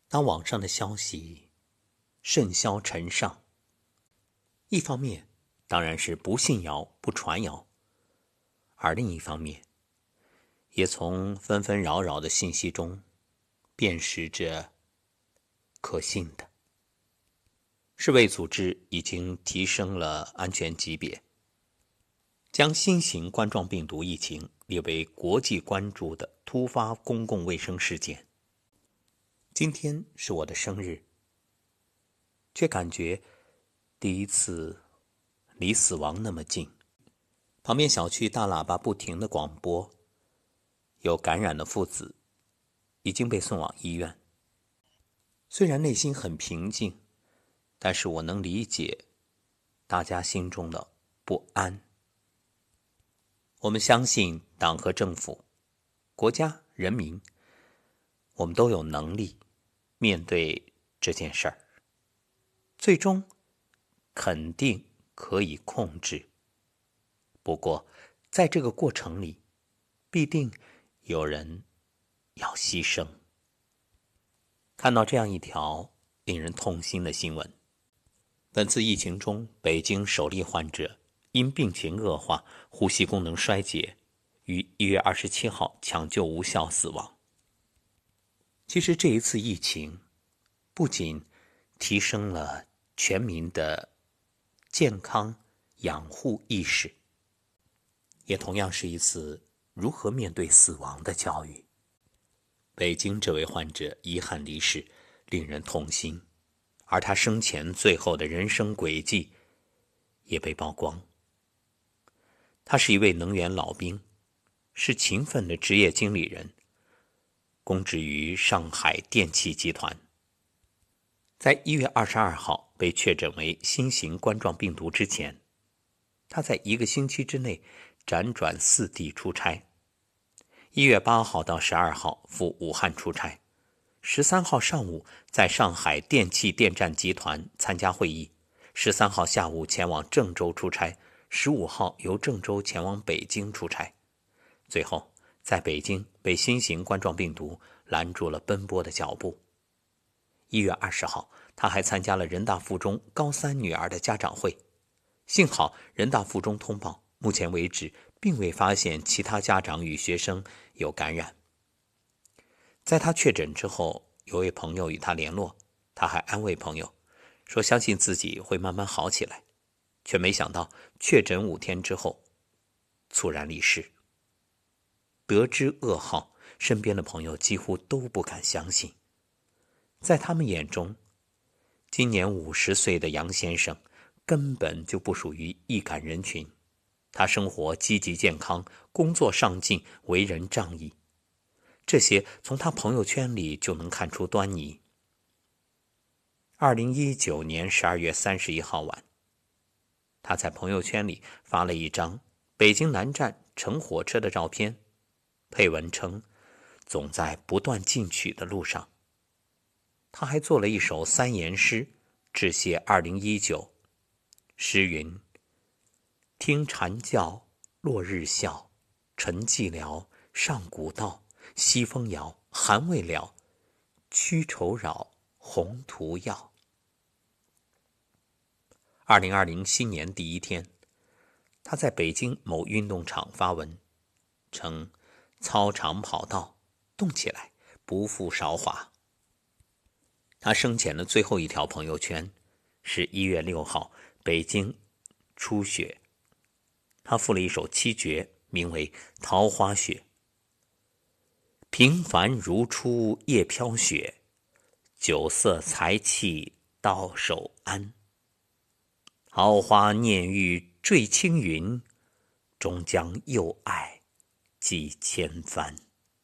当网上的消息甚嚣尘上，一方面当然是不信谣不传谣，而另一方面也从纷纷扰扰的信息中辨识着可信的。世卫组织已经提升了安全级别，将新型冠状病毒疫情列为国际关注的突发公共卫生事件。今天是我的生日，却感觉第一次离死亡那么近。旁边小区大喇叭不停地广播，有感染的父子已经被送往医院。虽然内心很平静，但是我能理解大家心中的不安。我们相信党和政府、国家、人民，我们都有能力面对这件事儿，最终肯定可以控制。不过在这个过程里，必定有人要牺牲。看到这样一条令人痛心的新闻，本次疫情中，北京首例患者因病情恶化、呼吸功能衰竭，于1月27号抢救无效死亡。其实这一次疫情不仅提升了全民的健康养护意识，也同样是一次如何面对死亡的教育。北京这位患者遗憾离世，令人痛心，而他生前最后的人生轨迹也被曝光。他是一位能源老兵，是勤奋的职业经理人，供职于上海电气集团。在1月22号被确诊为新型冠状病毒之前，他在1个星期之内辗转4地出差。1月8号到12号赴武汉出差，13号上午在上海电气电站集团参加会议，13号下午前往郑州出差，15号由郑州前往北京出差。最后在北京被新型冠状病毒拦住了奔波的脚步。1月20号他还参加了人大附中高3女儿的家长会，幸好人大附中通报，目前为止并未发现其他家长与学生有感染。在他确诊之后，有位朋友与他联络，他还安慰朋友说相信自己会慢慢好起来，却没想到确诊5天之后猝然离世。得知噩耗，身边的朋友几乎都不敢相信。在他们眼中，今年50岁的杨先生根本就不属于易感人群。他生活积极健康，工作上进，为人仗义，这些从他朋友圈里就能看出端倪。2019年12月31号晚，他在朋友圈里发了一张北京南站乘火车的照片，配文称总在不断进取的路上。他还做了一首3言诗致谢2019，诗云：听蝉叫，落日笑，晨寂寥，上古道，西风摇，寒未了，屈愁扰，宏图耀。2020新年第一天，他在北京某运动场发文称操场跑道动起来，不负韶华。他生前的最后一条朋友圈是1月6号北京初雪，他赋了一首七绝，名为《桃花雪》。平凡如初夜飘雪，酒色财气到手安。桃花念玉坠青云，终将又爱几千番。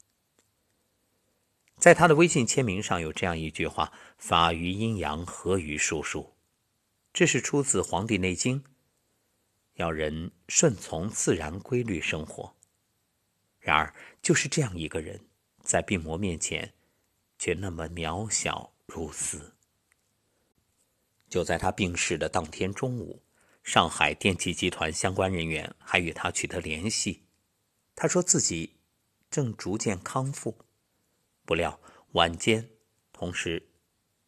在他的微信签名上有这样一句话：法于阴阳，合于术数。这是出自《黄帝内经》，要人顺从自然规律生活。然而就是这样一个人，在病魔面前却那么渺小如斯。就在他病逝的当天中午，上海电气集团相关人员还与他取得联系，他说自己正逐渐康复。不料晚间同时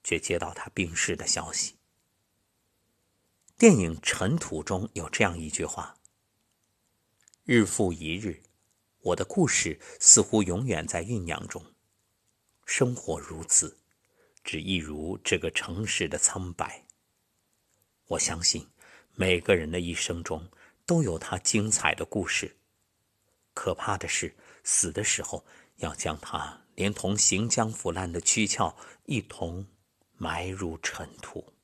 却接到他病逝的消息。电影《尘土》中有这样一句话：日复一日，我的故事似乎永远在酝酿中。生活如此，只一如这个城市的苍白。我相信每个人的一生中都有他精彩的故事。可怕的是，死的时候要将他连同行将腐烂的躯壳一同埋入尘土。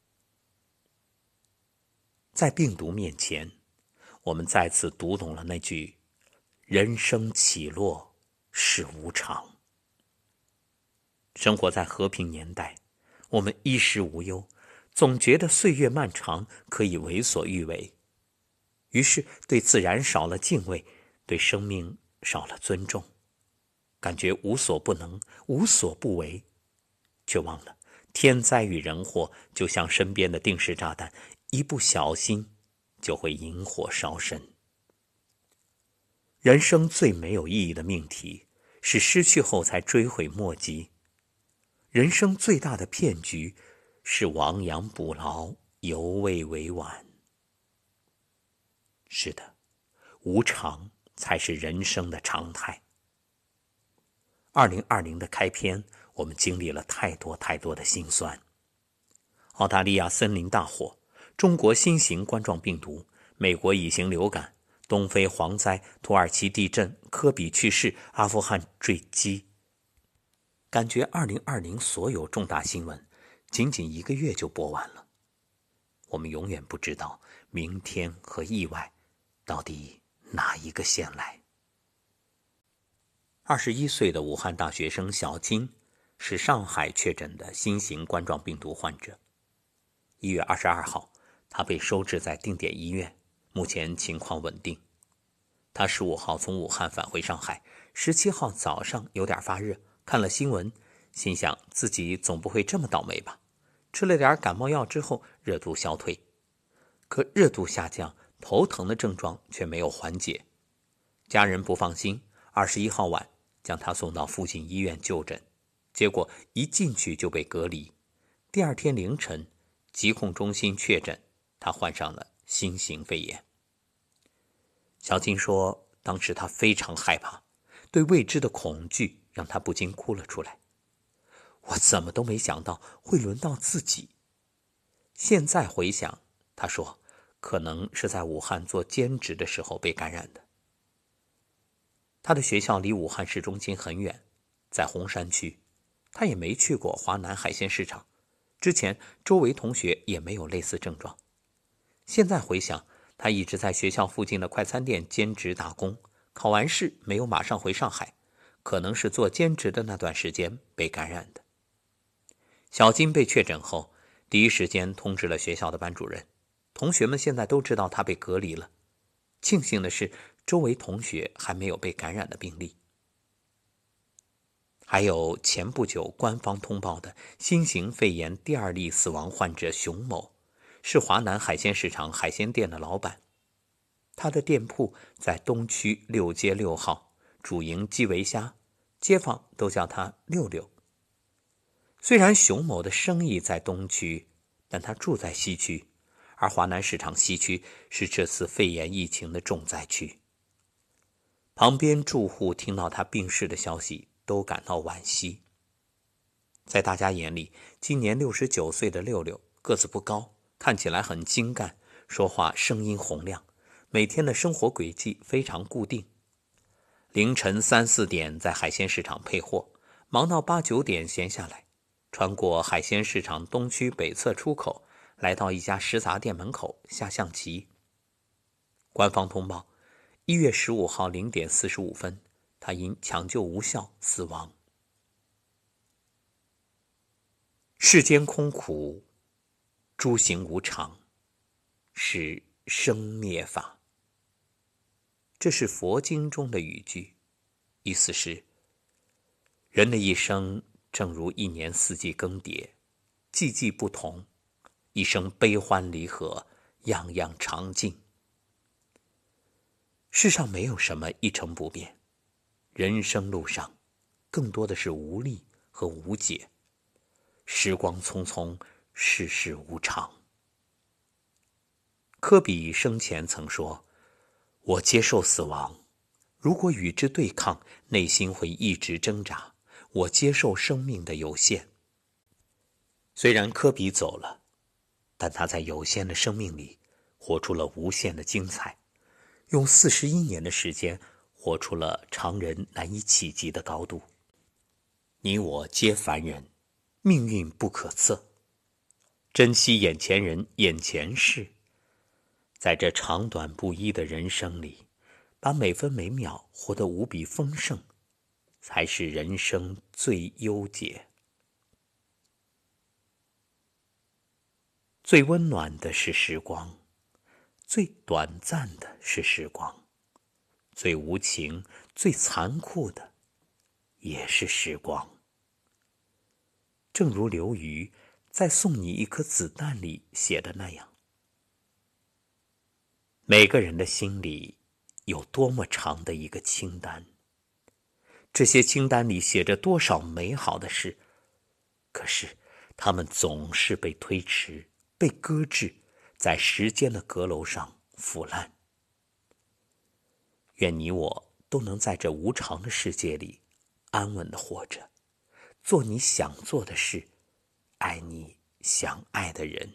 在病毒面前，我们再次读懂了那句人生起落是无常。生活在和平年代，我们衣食无忧，总觉得岁月漫长，可以为所欲为，于是对自然少了敬畏，对生命少了尊重，感觉无所不能，无所不为，却忘了天灾与人祸就像身边的定时炸弹，一不小心就会引火烧身。人生最没有意义的命题是失去后才追悔莫及，人生最大的骗局是亡羊补牢，犹未为晚。是的，无常才是人生的常态。2020的开篇，我们经历了太多太多的辛酸。澳大利亚森林大火，中国新型冠状病毒，美国乙型流感，东非蝗灾，土耳其地震，科比去世，阿富汗坠机。感觉2020所有重大新闻仅仅1个月就播完了。我们永远不知道明天和意外到底哪一个先来。21岁的武汉大学生小金是上海确诊的新型冠状病毒患者。1月22号，他被收治在定点医院，目前情况稳定。他15号从武汉返回上海，17号早上有点发热，看了新闻，心想自己总不会这么倒霉吧。吃了点感冒药之后，热度消退。可热度下降，头疼的症状却没有缓解。家人不放心，21号晚将他送到附近医院就诊，结果一进去就被隔离。第二天凌晨，疾控中心确诊他患上了新型肺炎。小金说，当时他非常害怕，对未知的恐惧让他不禁哭了出来。我怎么都没想到会轮到自己。现在回想，他说可能是在武汉做兼职的时候被感染的。他的学校离武汉市中心很远，在洪山区，他也没去过华南海鲜市场，之前周围同学也没有类似症状。现在回想，他一直在学校附近的快餐店兼职打工，考完试没有马上回上海，可能是做兼职的那段时间被感染的。小金被确诊后，第一时间通知了学校的班主任，同学们现在都知道他被隔离了。庆幸的是，周围同学还没有被感染的病例。还有前不久官方通报的新型肺炎第2例死亡患者熊某，是华南海鲜市场海鲜店的老板。他的店铺在东区6街6号，主营基围虾，街坊都叫他六六。虽然熊某的生意在东区，但他住在西区，而华南市场西区是这次肺炎疫情的重灾区。旁边住户听到他病逝的消息，都感到惋惜。在大家眼里，今年69岁的六六个子不高，看起来很精干，说话声音洪亮，每天的生活轨迹非常固定。凌晨3、4点在海鲜市场配货，忙到8、9点闲下来，穿过海鲜市场东区北侧出口，来到一家食杂店门口下象棋。官方通报，1月15号0点45分，他因抢救无效死亡。世间空苦，诸行无常，是生灭法。这是佛经中的语句，意思是人的一生正如一年四季更迭，季季不同，一生悲欢离合，样样常境。世上没有什么一成不变，人生路上更多的是无力和无解。 时光匆匆，世事无常。科比生前曾说：我接受死亡，如果与之对抗，内心会一直挣扎。我接受生命的有限。虽然科比走了，但他在有限的生命里活出了无限的精彩，用41年的时间活出了常人难以企及的高度。你我皆凡人，命运不可测，珍惜眼前人眼前事，在这长短不一的人生里，把每分每秒活得无比丰盛，才是人生最优解。最温暖的是时光，最短暂的是时光，最无情最残酷的也是时光。正如刘瑜在《送你一颗子弹》里写的那样，每个人的心里有多么长的一个清单，这些清单里写着多少美好的事，可是他们总是被推迟，被搁置，在时间的阁楼上腐烂。愿你我都能在这无常的世界里安稳地活着，做你想做的事，爱你想爱的人。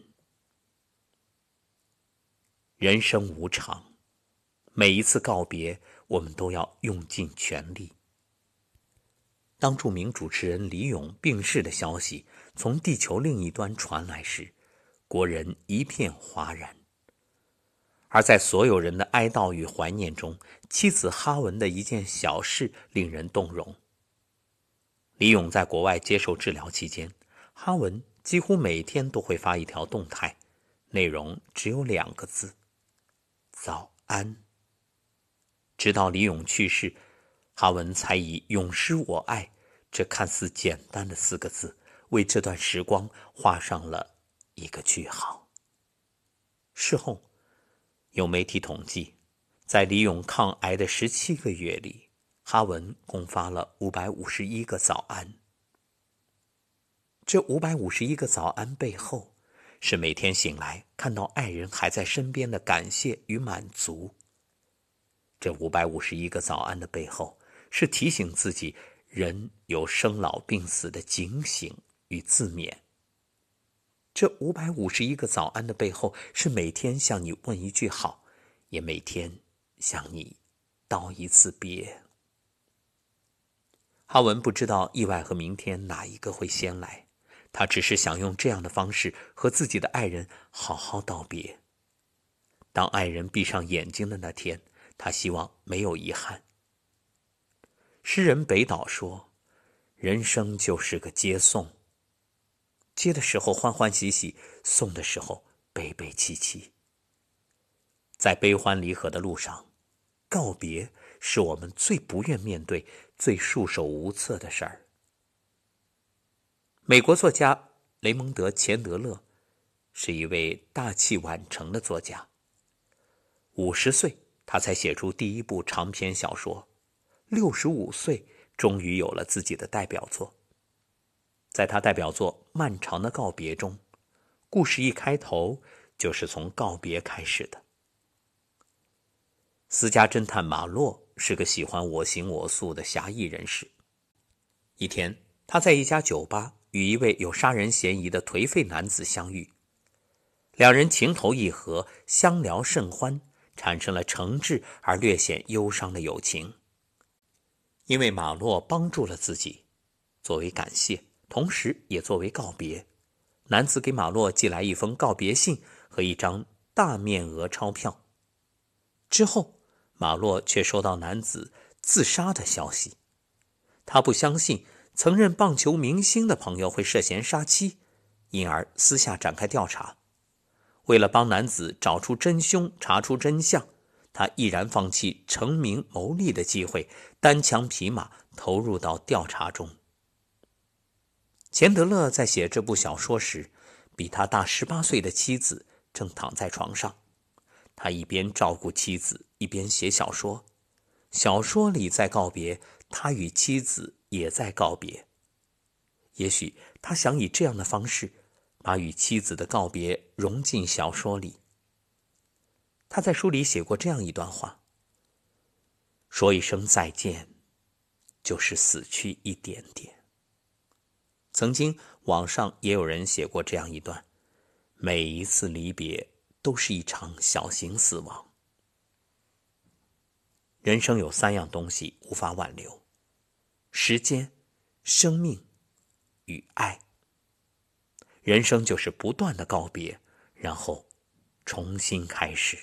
人生无常，每一次告别，我们都要用尽全力。当著名主持人李咏病逝的消息从地球另一端传来时，国人一片哗然。而在所有人的哀悼与怀念中，妻子哈文的一件小事令人动容。李咏在国外接受治疗期间，哈文几乎每天都会发一条动态，内容只有2个字：早安。直到李咏去世，哈文才以永失我爱这看似简单的4个字，为这段时光画上了一个句号。事后有媒体统计，在李咏抗癌的17个月里，哈文共发了551个早安。这551个早安背后，是每天醒来看到爱人还在身边的感谢与满足。这551个早安的背后，是提醒自己人有生老病死的警醒与自勉。这551个早安的背后，是每天向你问一句好，也每天向你道一次别。哈文不知道意外和明天哪一个会先来，他只是想用这样的方式和自己的爱人好好道别。当爱人闭上眼睛的那天，他希望没有遗憾。诗人北岛说，人生就是个接送，接的时候欢欢喜喜，送的时候悲悲戚戚。在悲欢离合的路上，告别是我们最不愿面对、最束手无策的事儿。美国作家雷蒙德·钱德勒是一位大器晚成的作家。50岁，他才写出第一部长篇小说，65岁终于有了自己的代表作。在他代表作《漫长的告别》中，故事一开头就是从告别开始的。私家侦探马洛是个喜欢我行我素的侠义人士。一天，他在一家酒吧与一位有杀人嫌疑的颓废男子相遇，两人情投意合，相聊甚欢，产生了诚挚而略显忧伤的友情。因为马洛帮助了自己，作为感谢，同时也作为告别，男子给马洛寄来一封告别信和一张大面额钞票。之后，马洛却收到男子自杀的消息。他不相信曾任棒球明星的朋友会涉嫌杀妻，因而私下展开调查。为了帮男子找出真凶，查出真相，他毅然放弃成名谋利的机会，单枪匹马投入到调查中。钱德勒在写这部小说时，比他大18岁的妻子正躺在床上。他一边照顾妻子，一边写小说。小说里在告别，他与妻子也在告别。 也许他想以这样的方式把与妻子的告别融进小说里。他在书里写过这样一段话：说一声再见，就是死去一点点。曾经网上也有人写过这样一段：每一次离别都是一场小型死亡。人生有3样东西无法挽留：时间、生命与爱。人生就是不断的告别，然后重新开始。《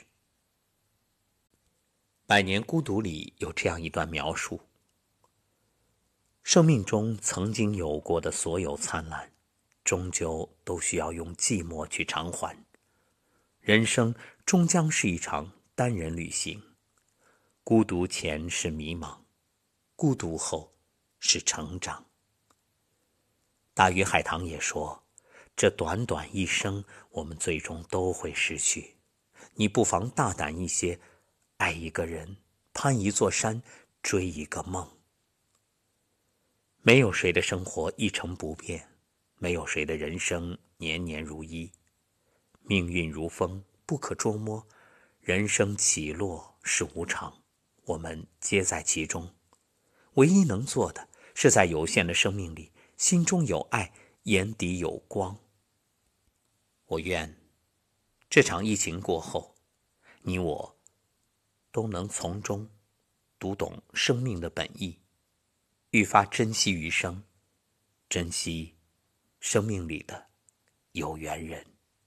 百年孤独》里有这样一段描述：生命中曾经有过的所有灿烂，终究都需要用寂寞去偿还。人生终将是一场单人旅行，孤独前是迷茫，孤独后是成长。大鱼海棠也说，这短短一生，我们最终都会失去。你不妨大胆一些，爱一个人，攀一座山，追一个梦。没有谁的生活一成不变，没有谁的人生年年如一。命运如风，不可捉摸，人生起落是无常，我们皆在其中。唯一能做的，是在有限的生命里，心中有爱，眼底有光。我愿这场疫情过后，你我都能从中读懂生命的本意，愈发珍惜余生，珍惜生命里的有缘人。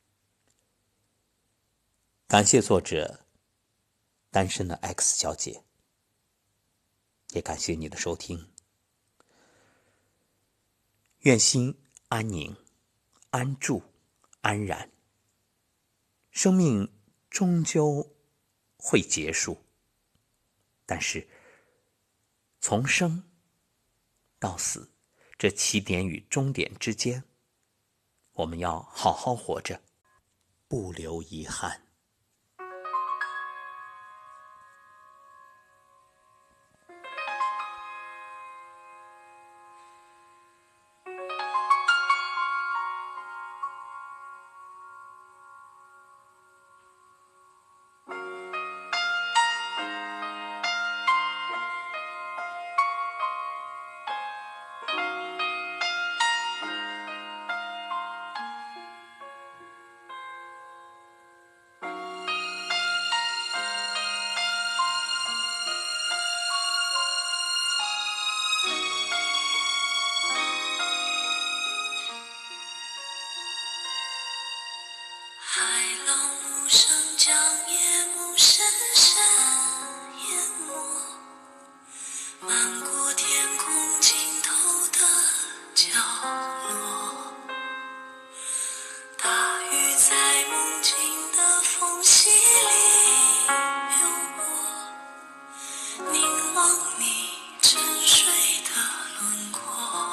感谢作者单身的 X 小姐，也感谢你的收听。愿心安宁、安住、安然。生命终究会结束，但是从生到死，这起点与终点之间，我们要好好活着，不留遗憾。 海浪无声将夜幕深深淹没，漫过天空尽头的角落。大雨在梦境的缝隙里流过，凝望你沉睡的轮廓。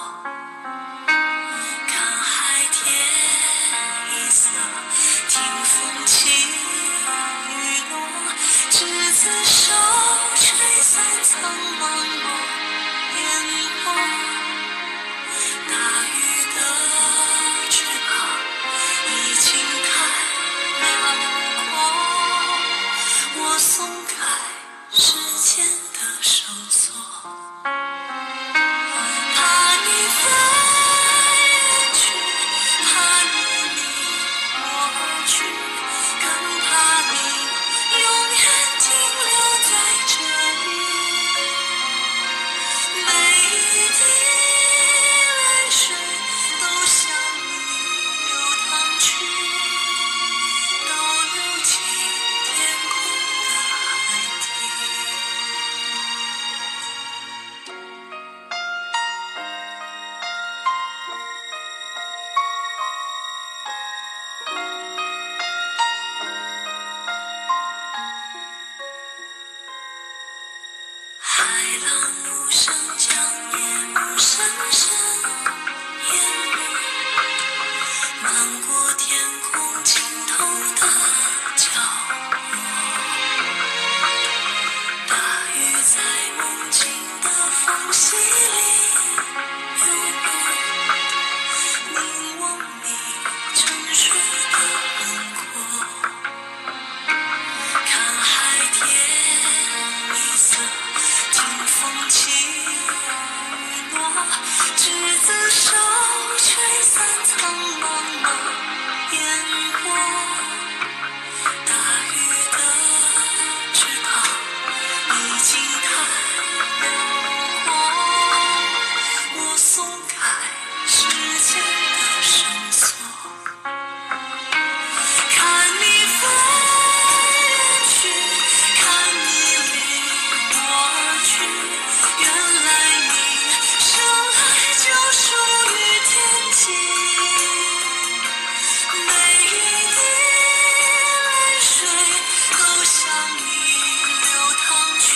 看海天一色，听风起雨落，执子手，吹散苍茫落烟波。大雨的翅膀已经太辽阔，我松开时间的绳索，怕你飞远去，怕与你抹去，更怕你永远停留在这里。每一滴泪水都向你流淌去，都流进天空的海底。海浪无声将夜幕深深淹没，漫过天空尽头的角落。大雨在梦境的缝隙里流过，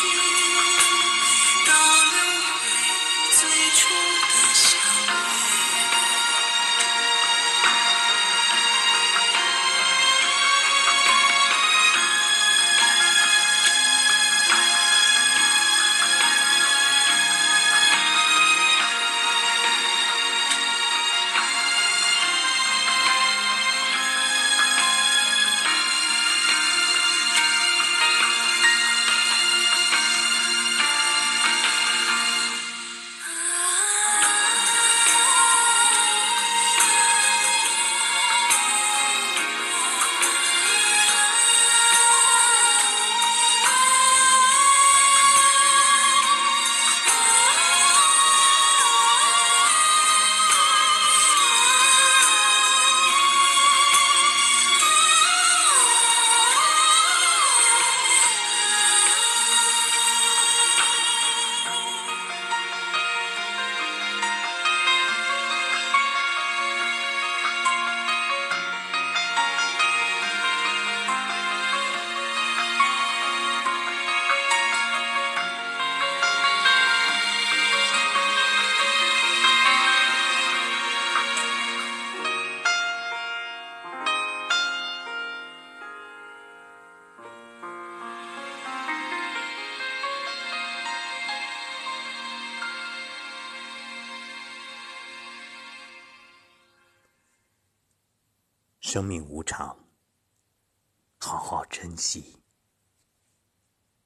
倒流回最初的相遇。 生命无常，好好珍惜。